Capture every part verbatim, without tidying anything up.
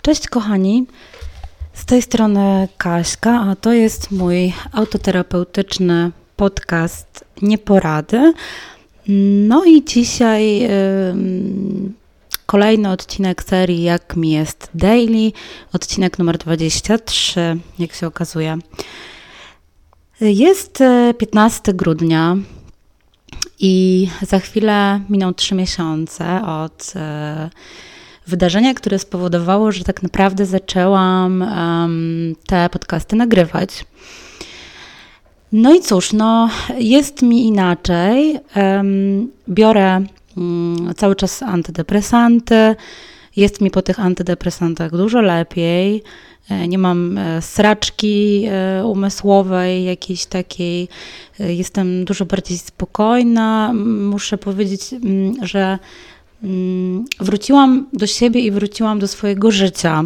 Cześć kochani, z tej strony Kaśka, a to jest mój autoterapeutyczny podcast Nieporady. No i dzisiaj yy, kolejny odcinek serii Jak mi jest daily, odcinek numer dwadzieścia trzy, jak się okazuje. Jest piętnastego grudnia i za chwilę miną trzy miesiące od yy, wydarzenia, które spowodowało, że tak naprawdę zaczęłam um, te podcasty nagrywać. No i cóż, no jest mi inaczej. Um, biorę um, cały czas antydepresanty. Jest mi po tych antydepresantach dużo lepiej. Nie mam sraczki umysłowej, jakiejś takiej. Jestem dużo bardziej spokojna. Muszę powiedzieć, że wróciłam do siebie i wróciłam do swojego życia.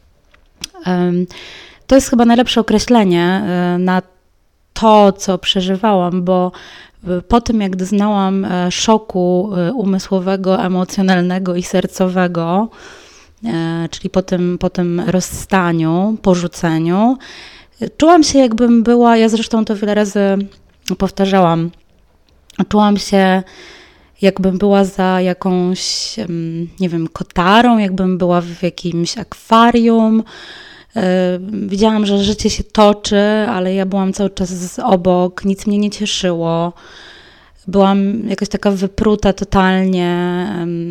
To jest chyba najlepsze określenie na to, co przeżywałam, bo po tym, jak doznałam szoku umysłowego, emocjonalnego i sercowego, czyli po tym, po tym rozstaniu, porzuceniu, czułam się, jakbym była, ja zresztą to wiele razy powtarzałam, czułam się jakbym była za jakąś, nie wiem, kotarą, jakbym była w jakimś akwarium. Widziałam, że życie się toczy, ale ja byłam cały czas obok, nic mnie nie cieszyło. Byłam jakaś taka wypruta totalnie.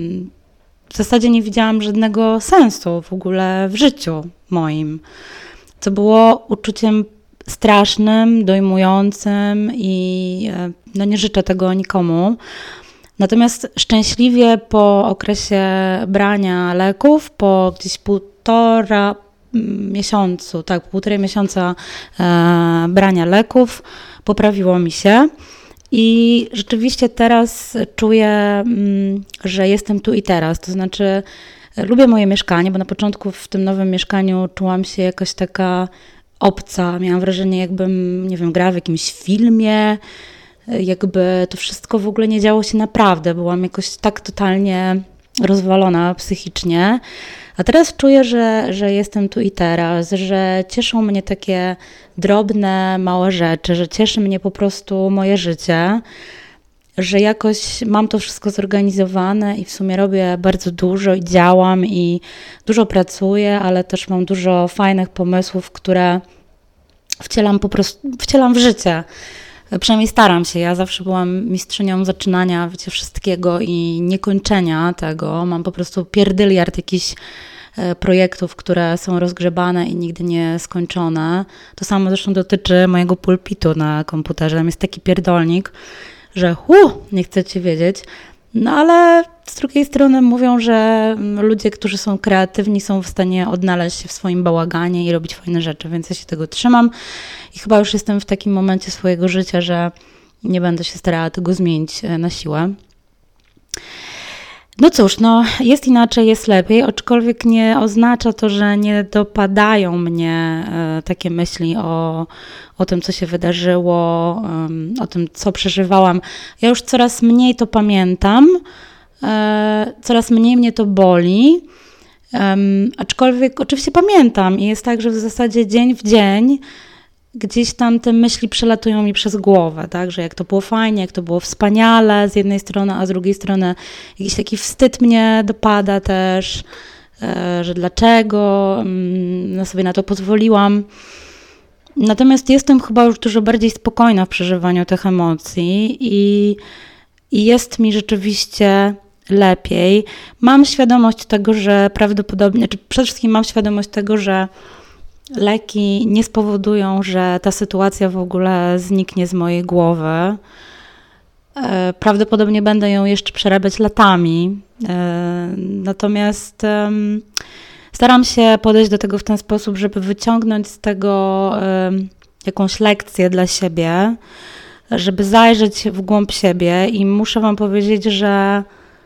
W zasadzie nie widziałam żadnego sensu w ogóle w życiu moim, co było uczuciem strasznym, dojmującym i no nie życzę tego nikomu. Natomiast szczęśliwie po okresie brania leków, po gdzieś półtora miesiącu, tak, półtorej miesiąca e, brania leków, poprawiło mi się i rzeczywiście teraz czuję, m, że jestem tu i teraz. To znaczy lubię moje mieszkanie, bo na początku w tym nowym mieszkaniu czułam się jakaś taka obca. Miałam wrażenie, jakbym, nie wiem, grała w jakimś filmie, jakby to wszystko w ogóle nie działo się naprawdę. Byłam jakoś tak totalnie rozwalona psychicznie. A teraz czuję, że, że jestem tu i teraz, że cieszą mnie takie drobne, małe rzeczy, że cieszy mnie po prostu moje życie, że jakoś mam to wszystko zorganizowane i w sumie robię bardzo dużo i działam i dużo pracuję, ale też mam dużo fajnych pomysłów, które wcielam po prostu, wcielam w życie. Przynajmniej staram się. Ja zawsze byłam mistrzynią zaczynania, wiecie, wszystkiego i niekończenia tego. Mam po prostu pierdyliard jakichś projektów, które są rozgrzebane i nigdy nie skończone. To samo zresztą dotyczy mojego pulpitu na komputerze. Tam jest taki pierdolnik, że hu, nie chcecie wiedzieć. No ale z drugiej strony mówią, że ludzie, którzy są kreatywni, są w stanie odnaleźć się w swoim bałaganie i robić fajne rzeczy, więc ja się tego trzymam i chyba już jestem w takim momencie swojego życia, że nie będę się starała tego zmienić na siłę. No cóż, no jest inaczej, jest lepiej, aczkolwiek nie oznacza to, że nie dopadają mnie e, takie myśli o, o tym, co się wydarzyło, um, o tym, co przeżywałam. Ja już coraz mniej to pamiętam, e, coraz mniej mnie to boli, um, aczkolwiek oczywiście pamiętam i jest tak, że w zasadzie dzień w dzień gdzieś tam te myśli przelatują mi przez głowę, tak, że jak to było fajnie, jak to było wspaniale z jednej strony, a z drugiej strony jakiś taki wstyd mnie dopada też, e, że dlaczego mm, sobie na to pozwoliłam. Natomiast jestem chyba już dużo bardziej spokojna w przeżywaniu tych emocji i, i jest mi rzeczywiście lepiej. Mam świadomość tego, że prawdopodobnie, czy przede wszystkim mam świadomość tego, że leki nie spowodują, że ta sytuacja w ogóle zniknie z mojej głowy. Prawdopodobnie będę ją jeszcze przerabiać latami. Natomiast staram się podejść do tego w ten sposób, żeby wyciągnąć z tego jakąś lekcję dla siebie, żeby zajrzeć w głąb siebie i muszę wam powiedzieć, że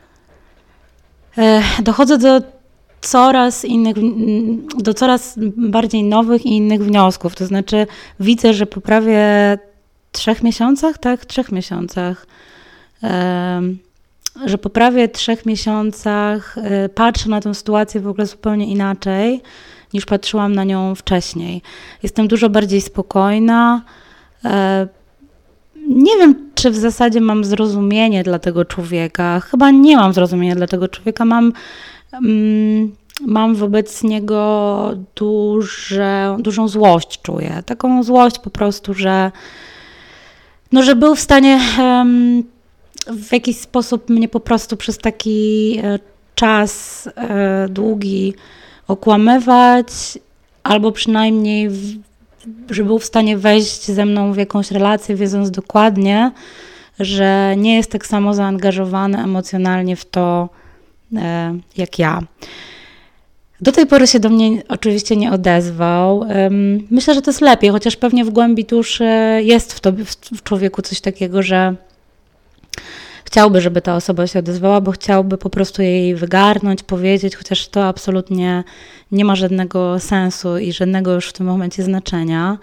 dochodzę do coraz innych, do coraz bardziej nowych i innych wniosków. To znaczy widzę, że po prawie trzech miesiącach, tak, trzech miesiącach um, że po prawie trzech miesiącach patrzę na tę sytuację w ogóle zupełnie inaczej, niż patrzyłam na nią wcześniej. Jestem dużo bardziej spokojna. Nie wiem, czy w zasadzie mam zrozumienie dla tego człowieka. Chyba nie mam zrozumienia dla tego człowieka. Mam, mm, mam wobec niego duże, dużą złość czuję. Taką złość po prostu, że, no, że był w stanie um, w jakiś sposób mnie po prostu przez taki e, czas e, długi okłamywać, albo przynajmniej w, że był w stanie wejść ze mną w jakąś relację, wiedząc dokładnie, że nie jest tak samo zaangażowany emocjonalnie w to, e, jak ja. Do tej pory się do mnie oczywiście nie odezwał. Um, myślę, że to jest lepiej, chociaż pewnie w głębi duszy jest w, tobie, w, w człowieku coś takiego, że chciałby, żeby ta osoba się odezwała, bo chciałby po prostu jej wygarnąć, powiedzieć, chociaż to absolutnie nie ma żadnego sensu i żadnego już w tym momencie znaczenia.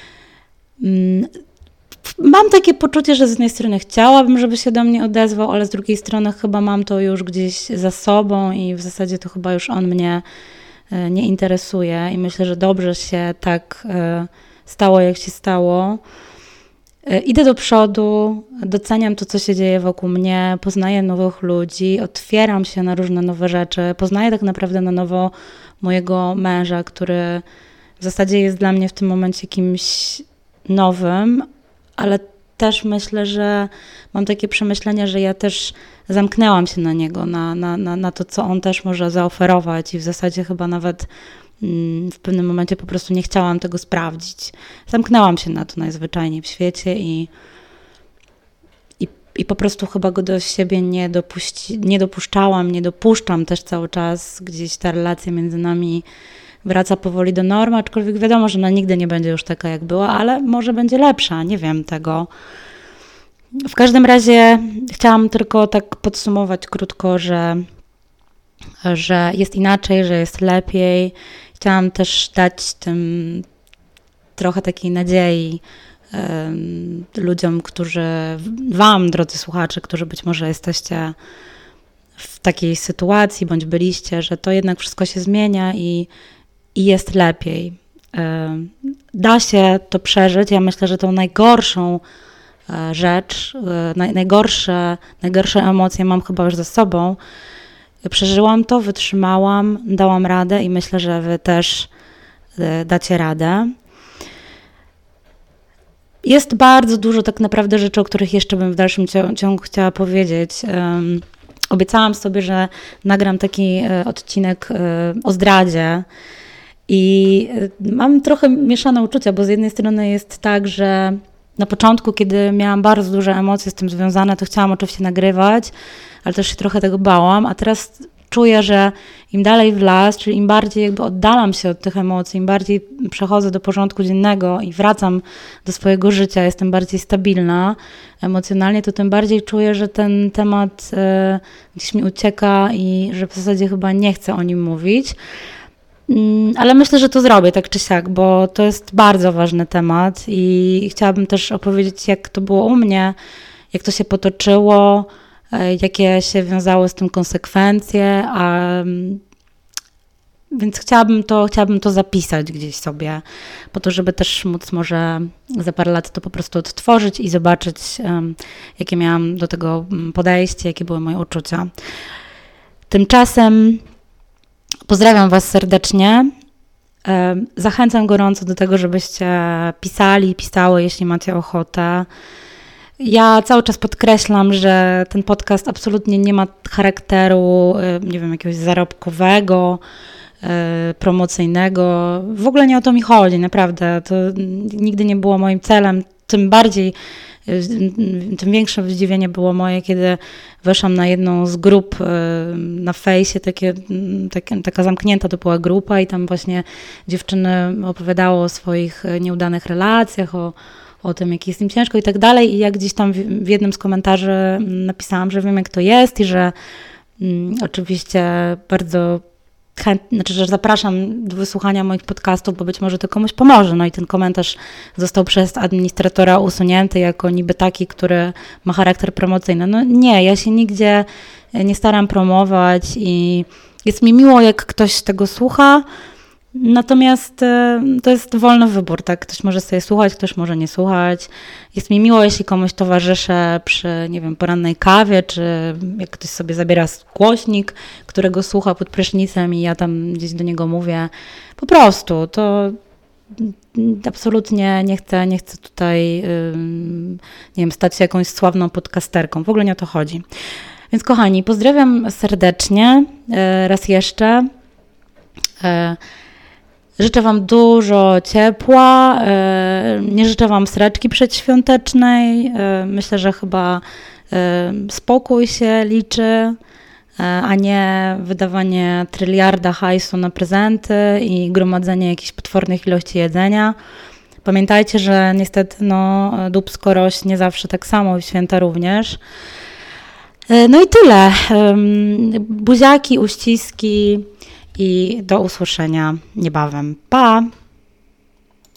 Mam takie poczucie, że z jednej strony chciałabym, żeby się do mnie odezwał, ale z drugiej strony chyba mam to już gdzieś za sobą i w zasadzie to chyba już on mnie nie interesuje i myślę, że dobrze się tak stało, jak się stało. Idę do przodu, doceniam to, co się dzieje wokół mnie, poznaję nowych ludzi, otwieram się na różne nowe rzeczy, poznaję tak naprawdę na nowo mojego męża, który w zasadzie jest dla mnie w tym momencie kimś nowym, ale też myślę, że mam takie przemyślenia, że ja też zamknęłam się na niego, na, na, na, na to, co on też może zaoferować i w zasadzie chyba nawet w pewnym momencie po prostu nie chciałam tego sprawdzić. Zamknęłam się na to najzwyczajniej w świecie i, i, i po prostu chyba go do siebie nie, dopuści, nie dopuszczałam, nie dopuszczam też cały czas. Gdzieś ta relacja między nami wraca powoli do normy, aczkolwiek wiadomo, że ona nigdy nie będzie już taka, jak była, ale może będzie lepsza, nie wiem tego. W każdym razie chciałam tylko tak podsumować krótko, że, że jest inaczej, że jest lepiej. Chciałam też dać tym trochę takiej nadziei um, ludziom, którzy, wam, drodzy słuchacze, którzy być może jesteście w takiej sytuacji, bądź byliście, że to jednak wszystko się zmienia i, i jest lepiej. Um, da się to przeżyć. Ja myślę, że tą najgorszą e, rzecz, e, naj, najgorsze, najgorsze emocje mam chyba już za sobą. Przeżyłam to, wytrzymałam, dałam radę i myślę, że wy też dacie radę. Jest bardzo dużo tak naprawdę rzeczy, o których jeszcze bym w dalszym ciągu chciała powiedzieć. Um, obiecałam sobie, że nagram taki odcinek o zdradzie i mam trochę mieszane uczucia, bo z jednej strony jest tak, że na początku, kiedy miałam bardzo duże emocje z tym związane, to chciałam oczywiście nagrywać, ale też się trochę tego bałam, a teraz czuję, że im dalej w las, czyli im bardziej jakby oddalam się od tych emocji, im bardziej przechodzę do porządku dziennego i wracam do swojego życia, jestem bardziej stabilna emocjonalnie, to tym bardziej czuję, że ten temat y, gdzieś mi ucieka i że w zasadzie chyba nie chcę o nim mówić. Ale myślę, że to zrobię tak czy siak, bo to jest bardzo ważny temat i chciałabym też opowiedzieć, jak to było u mnie, jak to się potoczyło, jakie się wiązały z tym konsekwencje, a więc chciałabym to, chciałabym to zapisać gdzieś sobie, po to, żeby też móc może za parę lat to po prostu odtworzyć i zobaczyć, jakie miałam do tego podejście, jakie były moje uczucia. Tymczasem pozdrawiam was serdecznie. Zachęcam gorąco do tego, żebyście pisali, pisały, jeśli macie ochotę. Ja cały czas podkreślam, że ten podcast absolutnie nie ma charakteru, nie wiem, jakiegoś zarobkowego, promocyjnego. W ogóle nie o to mi chodzi, naprawdę. To nigdy nie było moim celem. Tym bardziej, tym większe zdziwienie było moje, kiedy weszłam na jedną z grup na fejsie, takie, takie, taka zamknięta to była grupa i tam właśnie dziewczyny opowiadały o swoich nieudanych relacjach, o o tym, jak jest im ciężko i tak dalej. I ja gdzieś tam w, w jednym z komentarzy napisałam, że wiem, jak to jest i że mm, oczywiście bardzo chęt, znaczy, że zapraszam do wysłuchania moich podcastów, bo być może to komuś pomoże. No i ten komentarz został przez administratora usunięty jako niby taki, który ma charakter promocyjny. No nie, ja się nigdzie nie staram promować i jest mi miło, jak ktoś tego słucha, natomiast to jest wolny wybór, tak? Ktoś może sobie słuchać, ktoś może nie słuchać. Jest mi miło, jeśli komuś towarzyszę przy, nie wiem, porannej kawie, czy jak ktoś sobie zabiera głośnik, którego słucha pod prysznicem i ja tam gdzieś do niego mówię. Po prostu, to absolutnie nie chcę, nie chcę tutaj, nie wiem, stać się jakąś sławną podcasterką. W ogóle nie o to chodzi. Więc kochani, pozdrawiam serdecznie raz jeszcze. Życzę Wam dużo ciepła, nie życzę Wam sraczki przedświątecznej. Myślę, że chyba spokój się liczy, a nie wydawanie tryliarda hajsu na prezenty i gromadzenie jakichś potwornych ilości jedzenia. Pamiętajcie, że niestety no, dupsko rośnie zawsze tak samo, w święta również. No i tyle. Buziaki, uściski i do usłyszenia niebawem. Pa!